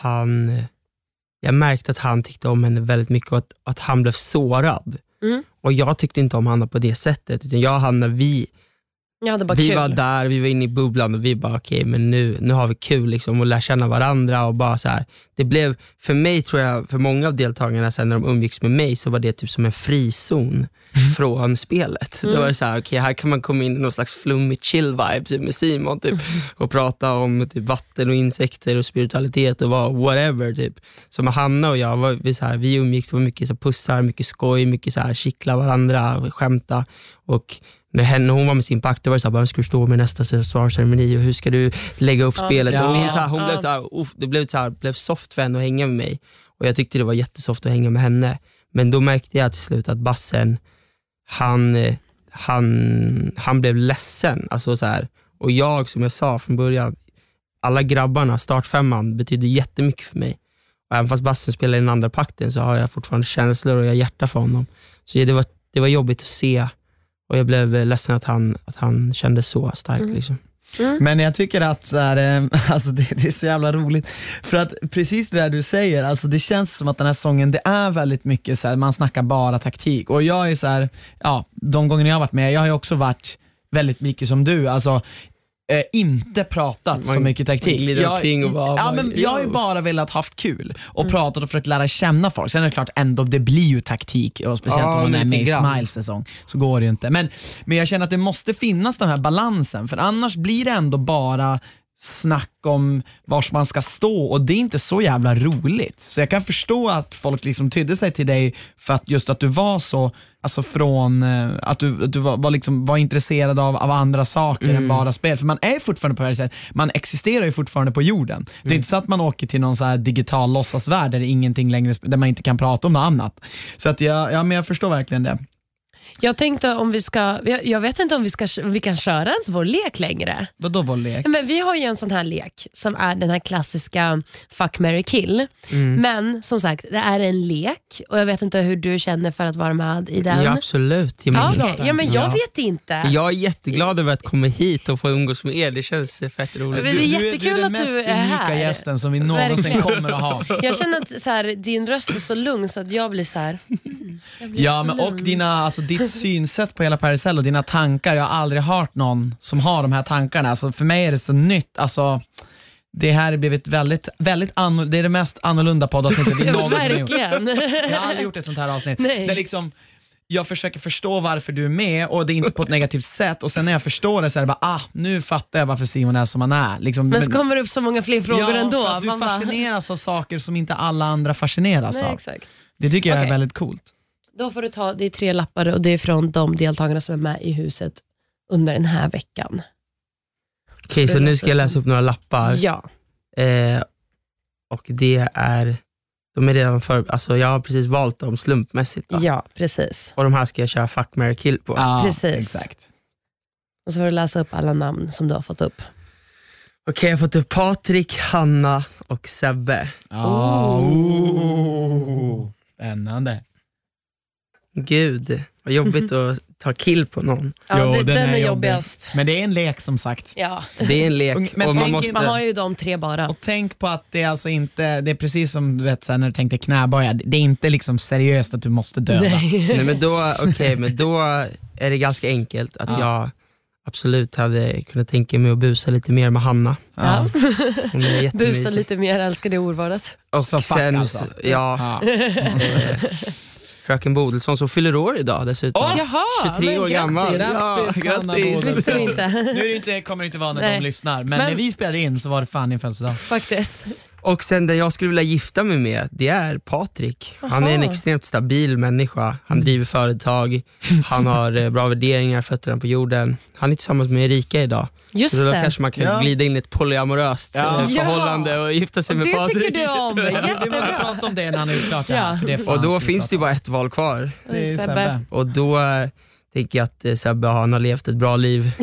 att han tyckte om henne väldigt mycket och att han blev sårad. Och jag tyckte inte om Hanna på det sättet, utan jag och Hanna, vi var där, vi var inne i bubblan och vi bara okej, men nu har vi kul liksom, och lär känna varandra och bara så här. Det blev, för mig tror jag, för många av deltagarna sen när de umgicks med mig, så var det typ som en frizon från spelet. Då var det så här, okej, här kan man komma in i någon slags flummig chill vibe typ, med Simon typ, och prata om typ vatten och insekter och spiritualitet och whatever typ. Så med Hanna och jag vi umgicks, det var mycket så pussar, mycket skoj, mycket så här kittla varandra, skämta. Och med henne, hon var med sin pakt, det var så här, bara, ska du stå med nästa svarceremoni och hur ska du lägga upp spelet? Ja. Och hon blev så här, det blev soft för henne att hänga med mig. Och jag tyckte det var jättesoft att hänga med henne. Men då märkte jag till slut att bassen, han blev ledsen. Alltså så här. Och jag, som jag sa från början, alla grabbarna, startfemman, betydde jättemycket för mig. Och även fast bassen spelar i den andra pakten, så har jag fortfarande känslor och jag hjärta för honom. Så det var jobbigt att se. Och jag blev ledsen att han kände så starkt liksom. Men jag tycker att så här, alltså det är så jävla roligt. För att precis det där du säger, alltså det känns som att den här sången, det är väldigt mycket så här, man snackar bara taktik. Och jag är så här, de gånger jag har varit med, jag har ju också varit väldigt mycket som du, alltså inte pratat så mycket taktik. Jag har ju bara velat haft kul och pratat och försökt lära känna folk. Sen är det klart ändå, det blir ju taktik, och speciellt om man är med i Smile-säsong så går det ju inte. Men jag känner att det måste finnas den här balansen, för annars blir det ändå bara snack om vars man ska stå, och det är inte så jävla roligt. Så jag kan förstå att folk liksom tydde sig till dig för att just att du var så, alltså från att du var intresserad av andra saker än bara spel. För man är fortfarande på det här sättet, man existerar ju fortfarande på jorden. Det är inte så att man åker till någon så här digital låtsasvärld där det är ingenting längre, där man inte kan prata om något annat. Så att men jag förstår verkligen det. Jag tänkte jag vet inte om vi kan köra ens vår lek längre. Vadå vår lek? Men vi har ju en sån här lek som är den här klassiska Fuck, Marry, Kill. Men som sagt, det är en lek och jag vet inte hur du känner för att vara med i den. Ja, absolut. Men jag vet inte. Jag är jätteglad över att komma hit och få umgås med er. Det känns fett roligt. Men det är jättekul att du är här. Du är den mest unika gästen som vi någonsin kommer att ha. Jag känner att så här, din röst är så lugn så att jag blir så här. Och ditt synsätt på hela Paracel och dina tankar, jag har aldrig hört någon som har de här tankarna. Alltså för mig är det så nytt. Alltså det här har blivit väldigt, väldigt det är det mest annorlunda poddavsnittet vi någonsin har gjort. Jag har aldrig gjort ett sånt här avsnitt. Det är liksom, jag försöker förstå varför du är med, och det är inte på ett negativt sätt, och sen när jag förstår det så är det bara, nu fattar jag varför Simon är som han är liksom, men så kommer det upp så många fler frågor ändå. För att du fascineras av saker som inte alla andra fascineras av. Exakt. Det tycker jag är väldigt coolt. Då får du ta, det är 3 lappar och det är från de deltagarna som är med i huset under den här veckan. Okej, så nu ska jag läsa upp några lappar. Ja. Och det är, de är redan alltså jag har precis valt dem slumpmässigt. Va? Ja, precis. Och de här ska jag köra Fuck, Marry, Kill på. Ja, precis. Exakt. Och så får du läsa upp alla namn som du har fått upp. Okej, jag har fått upp Patrik, Hanna och Sebbe. Spännande. Gud, vad jobbigt att ta kill på någon. Ja, den är jobbigast. Men det är en lek som sagt. Ja. Det är en lek. Men och man har ju de 3 bara. Och tänk på att det är alltså inte, det är precis som du vet så här, när du tänkte knäböja, det är inte liksom seriöst att du måste döda. Nej, men då är det ganska enkelt att jag absolut hade kunnat tänka mig att busa lite mer med Hanna. Ja. Hon är jättemysig. Busa lite mer, älskar det ordvalet. Och så sen alltså. Fröken Bodelsson som fyller år idag dessutom. Jaha, 23 år gammal. Grattis. Inte. Kommer det inte vara när de lyssnar. Men när vi spelade in så var det fan din födelsedag. Faktiskt. Och sen det jag skulle vilja gifta mig med, det är Patrik. Han är en extremt stabil människa. Han driver företag. Han har bra värderingar, fötterna på jorden. Han är tillsammans med Erika idag. Just så då det. kanske man kan glida in i ett polyamoröst förhållande och gifta sig med det Patrik. Det tycker du om, jättebra. Vi måste prata om det när han är utklart. För det och då finns det ju bara ett val kvar. Det är Sebbe. Och då tänker att Sebbe han har levt ett bra liv.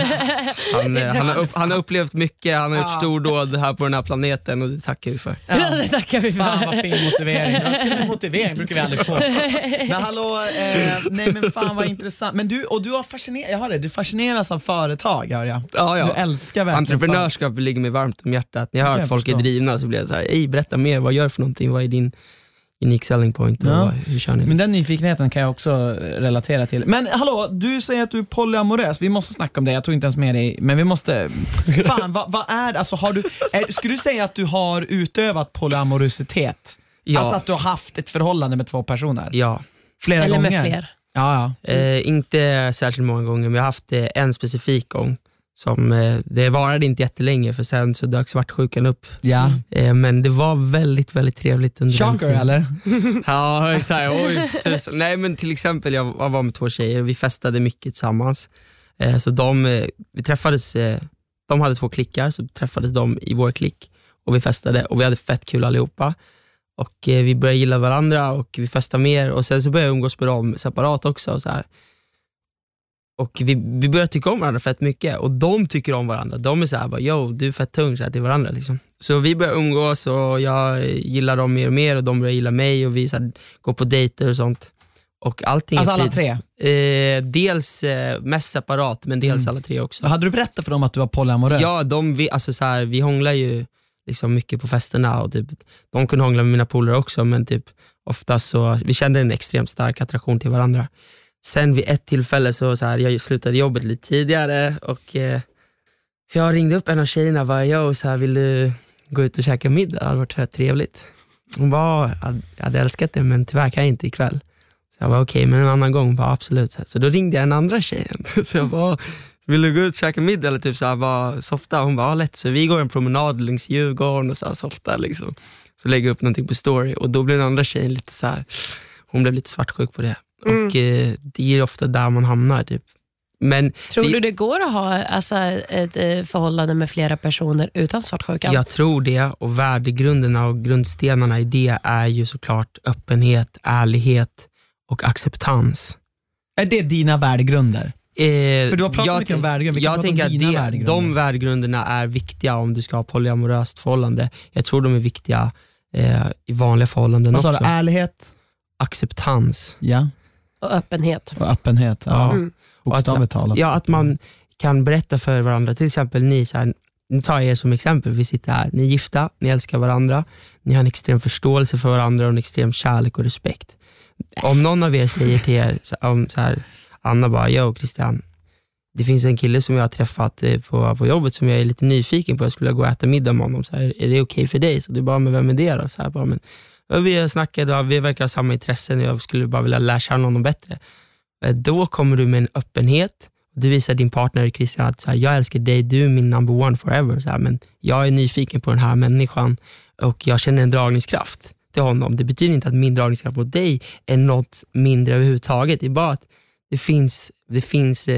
Han har upplevt mycket, han har gjort stordåd här på den här planeten och det tackar vi för. Ja, det tackar vi för. Fan vad fin motivering. Till och med motivering brukar vi aldrig få. Men hallå, nej men fan vad intressant. Men du har du fascineras av företag, hör jag. Ja. Du älskar verkligen entreprenörskap ligger mig varmt om hjärtat. När jag hör att folk är drivna så blir jag så här, berätta mer, vad gör du för någonting? Vad är din unique selling point? Och hur kör ni? Men den nyfikenheten kan jag också relatera till. Men hallå, du säger att du är polyamorös. Vi måste snacka om det, jag tror inte ens med dig. Men vi måste... Fan, vad är det? Alltså, skulle du säga att du har utövat polyamorositet? Ja. Alltså att du har haft ett förhållande med 2 personer? Ja. Flera eller gånger? Eller med fler? Ja. Inte särskilt många gånger, men jag har haft en specifik gång. Det varade inte jättelänge för sen så dök svartsjukan upp. Ja. Men det var väldigt, väldigt trevligt. Shocker eller? Ja, så här, oj, tusen. Nej men till exempel jag var med 2 tjejer och vi festade mycket tillsammans. Så vi träffades, de hade 2 klickar, så träffades de i vår klick och vi festade och vi hade fett kul allihopa. Och vi började gilla varandra och vi festade mer och sen så började jag umgås med dem separat också och så här. Och vi börjar tycka om varandra fett mycket. Och de tycker om varandra. De är så här, yo, du är fett tung så här, till varandra liksom. Så vi börjar umgås och jag gillar dem mer och mer. Och de börjar gilla mig och vi så här, går på dejter och sånt. Och allting alltså är alla 3? Dels mest separat, men dels alla 3 också. Hade du berättat för dem att du var polyamorös? Ja, alltså så här, vi hånglar ju liksom mycket på festerna. Och typ, de kunde hångla med mina polare också. Men typ ofta så, vi kände en extremt stark attraktion till varandra. Sen vid ett tillfälle så här, jag slutade jobbet lite tidigare och jag ringde upp en av tjejerna och bara, så här, vill du gå ut och käka middag? Det hade varit rätt trevligt. Hon bara, jag hade älskat det men tyvärr kan jag inte ikväll. Så jag bara, okej, men en annan gång, bara absolut. Så då ringde jag en andra tjejen. Så jag bara, vill du gå ut och käka middag? Eller typ så här, bara softa. Hon bara, lätt. Så vi går en promenad längs Djurgården och så här, softa liksom. Så lägger jag upp någonting på story och då blev den andra tjejen lite så här, hon blev lite svartsjuk på det. Och det är ofta där man hamnar typ. Men tror du det går att ha ett förhållande med flera personer utan svartsjukan? Jag tror det, och värdegrunderna och grundstenarna i det är ju såklart öppenhet, ärlighet och acceptans. Är det dina värdegrunder? För du har pratat mycket om värdegrunder. Jag tänker att de värdegrunderna är viktiga om du ska ha polyamoröst förhållande. Jag tror de är viktiga i vanliga förhållanden också. Vad sa du? Ärlighet? Acceptans. Ja. Och öppenhet. Och öppenhet, ja. Bokstavligt talat. Ja, att man kan berätta för varandra. Till exempel ni, så här, nu tar jag er som exempel. Vi sitter här, ni är gifta, ni älskar varandra. Ni har en extrem förståelse för varandra och en extrem kärlek och respekt. Om någon av er säger till er, så här, Anna bara, yo Christian, det finns en kille som jag har träffat på jobbet som jag är lite nyfiken på. Jag skulle gå och äta middag med honom. Så här, är det okej för dig? Så du bara, men vem är det då? Så här, bara, men vi har snackat och vi verkar ha samma intressen och jag skulle bara vilja lära känna honom bättre. Då kommer du med en öppenhet. Du visar din partner Christian att så här, jag älskar dig, du är min number one forever. Så här, men jag är nyfiken på den här människan och jag känner en dragningskraft till honom. Det betyder inte att min dragningskraft mot dig är något mindre överhuvudtaget. Det är bara att det finns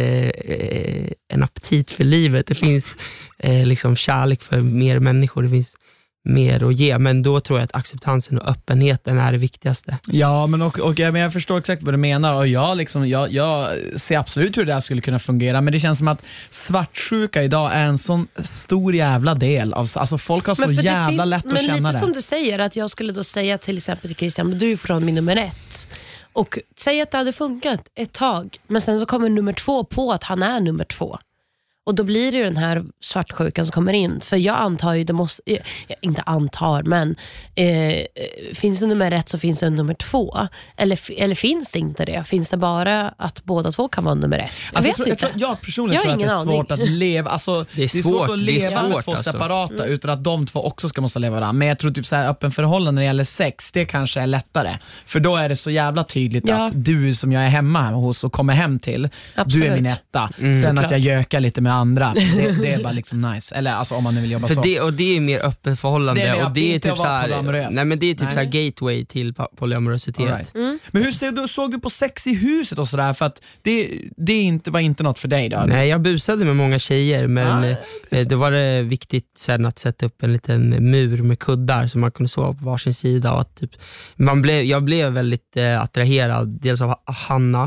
en aptit för livet. Det finns liksom kärlek för mer människor. Det finns mer att ge, men då tror jag att acceptansen och öppenheten är det viktigaste. Ja, men men jag förstår exakt vad du menar och jag ser absolut hur det där skulle kunna fungera, men det känns som att svartsjuka idag är en sån stor jävla del av, alltså folk har så jävla lätt att känna det. Men lite som du säger, att jag skulle då säga till exempel till Christian, du är från min nummer 1 och säg att det hade funkat ett tag, men sen så kommer nummer 2 på att han är nummer 2. Och då blir det ju den här svartsjukan som kommer in. För jag antar ju, inte antar, men finns det nummer 1 så finns det nummer 2. Eller finns det inte det? Finns det bara att båda 2 kan vara nummer 1? Jag personligen tror att det är svårt att leva. Alltså, det är svårt att leva med 2 separata utan att de 2 också ska måste leva varandra. Men jag tror typ så här, öppen förhållande när det gäller sex, det kanske är lättare. För då är det så jävla tydligt att du som jag är hemma hos och kommer hem till, du är min etta. Sen att jag gökar lite med andra. Det är bara liksom nice. Eller alltså om man nu vill jobba så. Det är mer öppen förhållande och det är typ så här, nej men det är typ så här gateway till polyamorositet. Right. Men hur såg du på sex i huset och sådär, för att det var inte något för dig då? Nej, jag busade med många tjejer, men det var det viktigt sen att sätta upp en liten mur med kuddar så man kunde sova på varsin sida och att typ jag blev väldigt attraherad dels av Hanna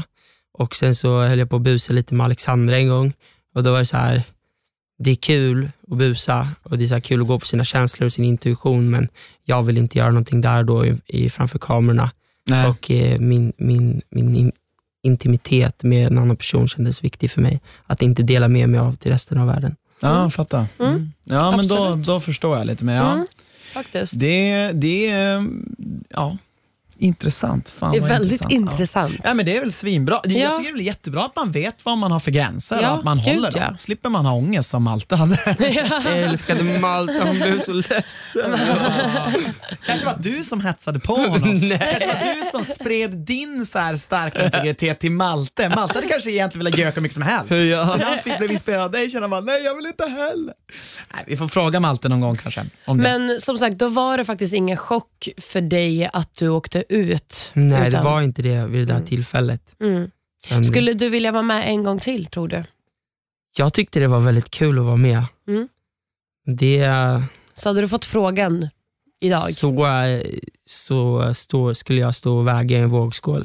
Och sen så höll jag på att busa lite med Alexandra en gång. Och då var det så här, det är kul att busa och det är så här kul att gå på sina känslor och sin intuition, men jag vill inte göra någonting där då framför kamerorna. Nej. Och min intimitet med en annan person kändes viktig för mig. Att inte dela med mig av till resten av världen. Ja, fattar. Ja, men då förstår jag lite mer. Ja. Faktiskt. Det är intressant. Fan, det är väldigt intressant. Ja, men det är väl svinbra. Jag tycker det är väl jättebra att man vet vad man har för gränser och att man håller dem. Slipper man ha ångest som Malte hade. Jag älskade Malte, hon blev så ledsen. Kanske var du som hetsade på honom. Kanske var du som spred din så här starka integritet till Malte. Malte hade kanske egentligen velat göra mycket som helst. Så han blev inspirerad av dig, känner man, nej jag vill inte heller. Nej, vi får fråga Malte någon gång kanske. Men som sagt, då var det faktiskt ingen chock för dig att du åkte ut. Nej, det var inte det vid det där tillfället. Skulle du vilja vara med en gång till, tror du? Jag tyckte det var väldigt kul att vara med. Så hade du fått frågan idag? Så skulle jag stå och väga i en vågskål.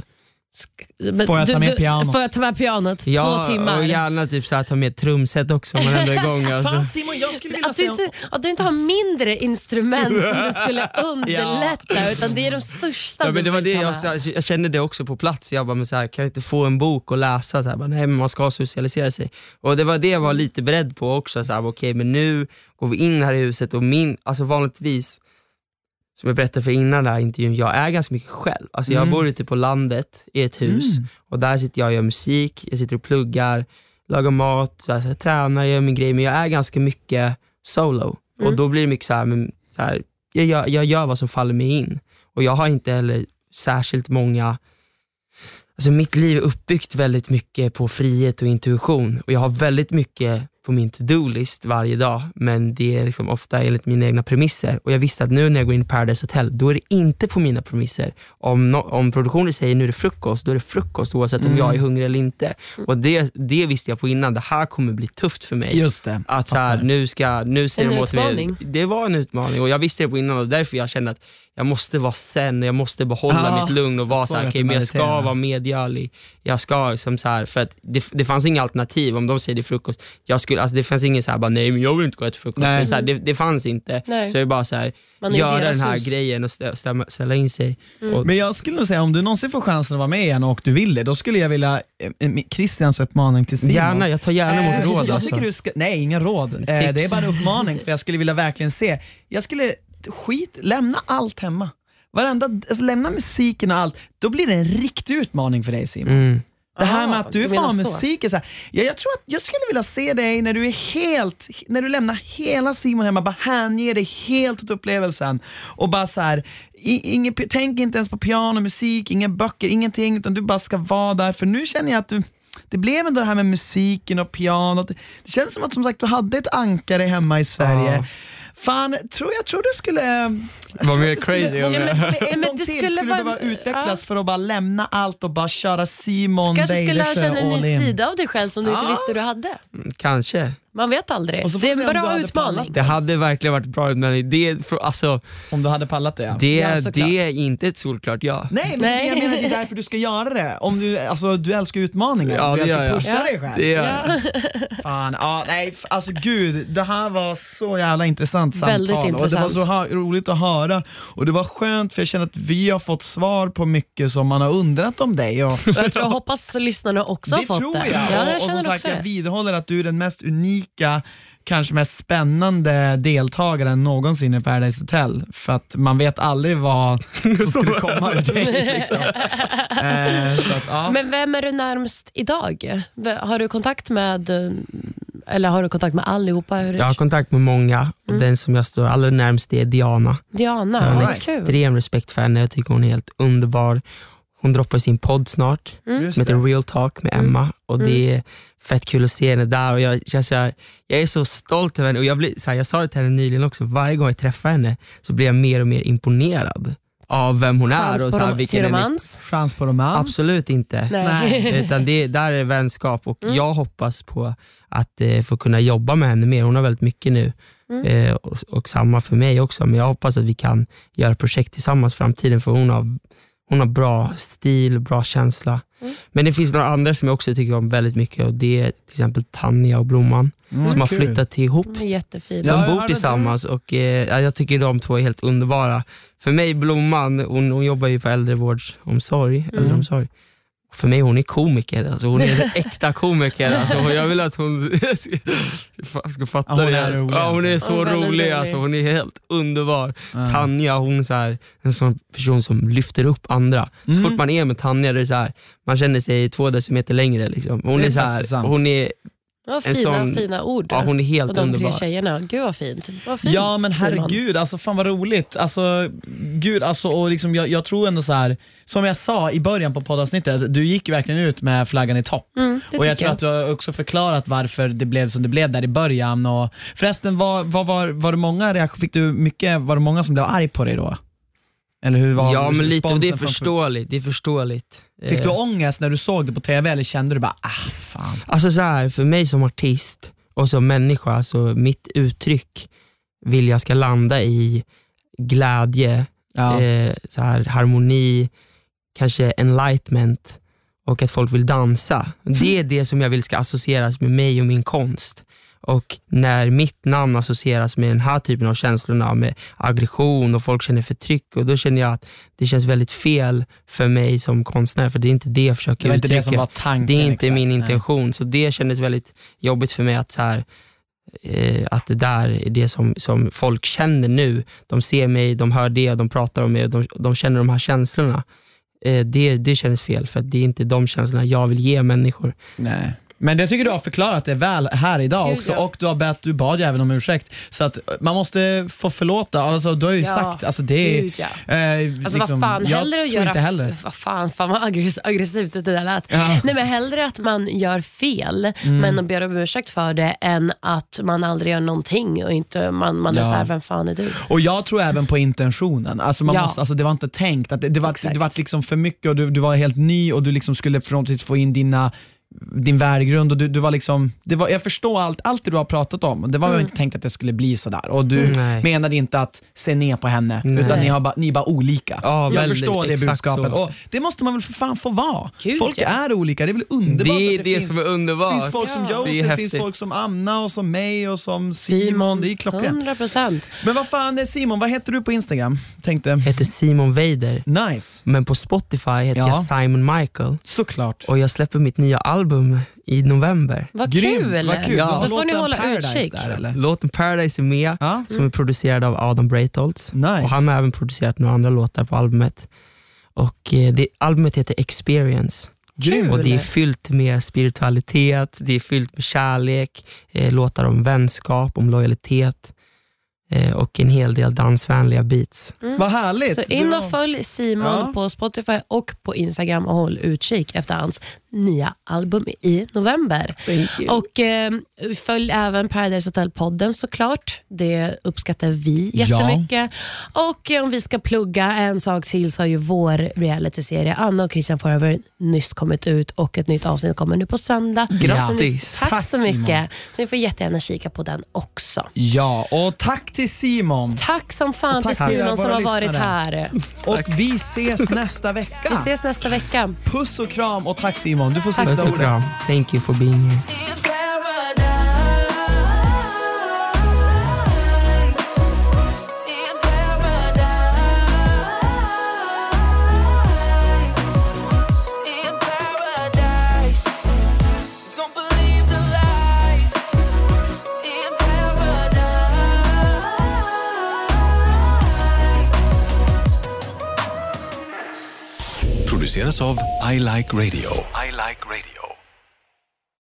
Får jag ta med pianot? Får jag ta med pianot? 2 timmar. Och gärna typ så här, ta med trumset också om man ändå är igång. Alltså. Fan Simon, jag skulle vilja att du inte har mindre instrument som du skulle underlätta, utan det är de största. Men det var det jag kände det också på plats. Jag bara, men så här, kan jag inte få en bok och läsa? Så här, bara, nej, men man ska socialisera sig. Och det var det jag var lite beredd på också. Så här, okej, men nu går vi in här i huset och alltså vanligtvis, som jag berättade för innan den här intervjun, jag är ganska mycket själv. Alltså jag bor ute på landet i ett hus och där sitter jag och gör musik, jag sitter och pluggar, lagar mat, så här, tränar, gör min grej, men jag är ganska mycket solo. Och då blir det mycket så här, jag gör vad som faller mig in. Och jag har inte heller särskilt många, alltså mitt liv är uppbyggt väldigt mycket på frihet och intuition, och jag har väldigt mycket på min to-do-list varje dag, men det är liksom ofta enligt mina egna premisser. Och jag visste att nu när jag går in i Paradise Hotel, då är det inte på mina premisser. Om produktionen säger nu är det frukost, då är det frukost oavsett om jag är hungrig eller inte. Och det visste jag på innan, det här kommer bli tufft för mig. Just det. Att så här, nu säger en utmaning. Det var en utmaning och jag visste det på innan, och därför jag kände att jag måste vara sen, jag måste behålla mitt lugn och vara så här, men jag ska vara medgörlig. Jag ska liksom så här, för att det fanns inga alternativ om de säger det frukost. Det fanns ingen så här, bara, nej men jag vill inte gå till frukost. Men så här, det fanns inte. Nej. Så jag bara så här, göra den här grejen och ställa in sig. Men jag skulle nog säga, om du någonsin får chansen att vara med igen och du vill det, då skulle jag vilja Christians uppmaning till Simon. Gärna, jag tar gärna emot råd. Jag tycker du ska, nej, inga råd. Det är bara en uppmaning, för jag skulle vilja verkligen se. Jag skulle lämna allt hemma. Lämna musiken och allt. Då blir det en riktig utmaning för dig, Simon. Det här med att du får ha musik så här. Jag tror att jag skulle vilja se dig när du lämnar hela Simon hemma, bara hänger dig helt åt upplevelsen och bara så här, tänk inte ens på piano, musik, inga böcker, ingenting, utan du bara ska vara där. För nu känner jag att det blev ändå det här med musiken och pianot. Det känns som att, som sagt, du hade ett ankare hemma i Sverige. Fan, jag tror det skulle vara mer crazy. Men det skulle behöva utvecklas för att bara lämna allt och bara köra Simon. Kanske skulle lära känna en ny sida av dig själv som du inte visste du hade. Kanske. Man vet aldrig. Det är en bra utmaning. Det hade verkligen varit bra utmaning. Alltså, om du hade pallat det. Det är inte ett solklart ja. Nej, men jag menar, det är därför du ska göra det. Om du älskar utmaningar. Ja, du älskar pusha dig själv. Det gör jag. Fan, nej, alltså gud, det här var så jävla intressant samtal. Väldigt intressant. Och det var så roligt att höra. Och det var skönt, för jag känner att vi har fått svar på mycket som man har undrat om dig. Och jag hoppas lyssnarna också har fått det. Det tror jag. Ja, och som sagt, jag vidhåller att du är den mest unika, kanske mest spännande deltagaren någonsin i Paradise Hotel, för att man vet aldrig vad som skulle komma ur dig liksom. Så att, ja. Men vem är du närmast idag? Har du kontakt med allihopa? Jag har kontakt med många, och den som jag står allra närmast är Diana. Jag har en extrem respekt för henne. Jag tycker hon är helt underbar. Hon droppar sin podd snart som heter Real Talk med Emma, och det är fett kul att se henne där, och jag är så stolt över henne, och jag sa det till henne nyligen också, varje gång jag träffar henne så blir jag mer och mer imponerad av vem hon är. Och så här, chans på romans? Absolut inte. Nej. Utan där är vänskap, och jag hoppas på att få kunna jobba med henne mer. Hon har väldigt mycket nu, och samma för mig också, men jag hoppas att vi kan göra projekt tillsammans i framtiden, för hon har Hon har bra stil, bra känsla. Men det finns några andra som jag också tycker om väldigt mycket, och det är till exempel Tanja och Blomman som har flyttat ihop. Jättefin. De bor tillsammans och jag tycker de två är helt underbara. För mig, Blomman, hon jobbar ju på äldrevårdsomsorg. För mig, hon är komiker. Alltså, hon är en äkta komiker. Alltså, jag vill att hon ska fatta det. Hon är så rolig. Alltså, hon är helt underbar. Tanja, hon är så här, en sån person som lyfter upp andra. Så fort man är med Tanja, det är så här, man känner sig 2 decimeter längre. Liksom. Hon är så här, hon är fina ord. Ja, hon är helt och de underbar. 3 tjejerna. Gud vad fint. Ja, men herregud, alltså fan vad roligt. Alltså gud, alltså, och liksom jag tror ändå så här, som jag sa i början på poddavsnittet, du gick ju verkgen ut med flaggan i topp. Och jag tror att du har också förklarat varför det blev som det blev där i början. Och förresten, var det många reaktioner? Fick du mycket, var det många som blev arg på dig då? Eller hur var ja, men lite, och det är förståeligt. Fick du ångest när du såg det på tv, eller kände du bara, fan? Alltså så här, för mig som artist och som människa, alltså mitt uttryck vill jag ska landa i glädje, så här, harmoni, kanske enlightenment, och att folk vill dansa. Det är det som jag vill ska associeras med mig och min konst. Och när mitt namn associeras med den här typen av känslorna, med aggression och folk känner förtryck, och då känner jag att det känns väldigt fel för mig som konstnär, för det är inte det jag försöker uttrycka. Det är inte det som var tanken, det är inte min intention. Så det kändes väldigt jobbigt för mig att så här, att det där är det som folk känner nu. De ser mig, de hör det, de pratar om mig, de känner de här känslorna. Det känns fel, för det är inte de känslorna jag vill ge människor. Nej. Men jag tycker du har förklarat det väl här idag också. Och du bad ju även om ursäkt. Så att man måste få förlåta. Alltså, du har ju sagt, alltså det är alltså liksom, vad fan, hellre att göra fan vad aggressivt det där lät. Nej, men hellre att man gör fel men att be om ursäkt för det, än att man aldrig gör någonting och inte man är så här, vem fan är du? Och jag tror även på intentionen. Alltså man måste, alltså det var inte tänkt att det var liksom för mycket, och du var helt ny, och du liksom skulle förhoppningsvis få in din värdegrund, och du var liksom, jag förstår allt det du har pratat om. Det var ju inte tänkt att det skulle bli så där. Och du menade inte att se ner på henne, utan ni är bara olika. Jag förstår det budskapet. Och det måste man väl för fan få vara. Folk är olika, det är väl underbart. Det är det som är underbart. Det finns folk som Josef, det finns folk som Anna och som mig och som Simon. Det är klockrent. 100%. Men vad fan, Simon, vad heter du på Instagram? Jag heter Simon Weider. Nice. Men på Spotify heter jag Simon Michael. Såklart. Och jag släpper mitt nya album i november. Vad kul. Ja. Då får ni hålla utkik. Låten Paradise är med, som är producerad av Adam Breitholtz. Nice. Och han har även producerat några andra låtar på albumet. Och albumet heter Experience. Grym. Och det är fyllt med spiritualitet, det är fyllt med kärlek, låtar om vänskap, om lojalitet, och en hel del dansvänliga beats. Vad härligt. Så in och följ Simon på Spotify och på Instagram och håll utkik efter hans nya album i november. Och följ även Paradise Hotel-podden såklart. Det uppskattar vi jättemycket. Och om vi ska plugga en sak till, så har ju vår reality-serie Anna och Christian Forever nyss kommit ut, och ett nytt avsnitt kommer nu på söndag. Grattis. Tack så mycket. Så ni får jättegärna kika på den också. Ja, och tack till Simon. Tack som fan till Simon som har varit här. Och vi ses nästa vecka. Vi ses nästa vecka. Puss och kram, och tack Simon. Du får sista ordet. Puss och kram. Thank you for being here. Produceras av I Like Radio. I Like Radio.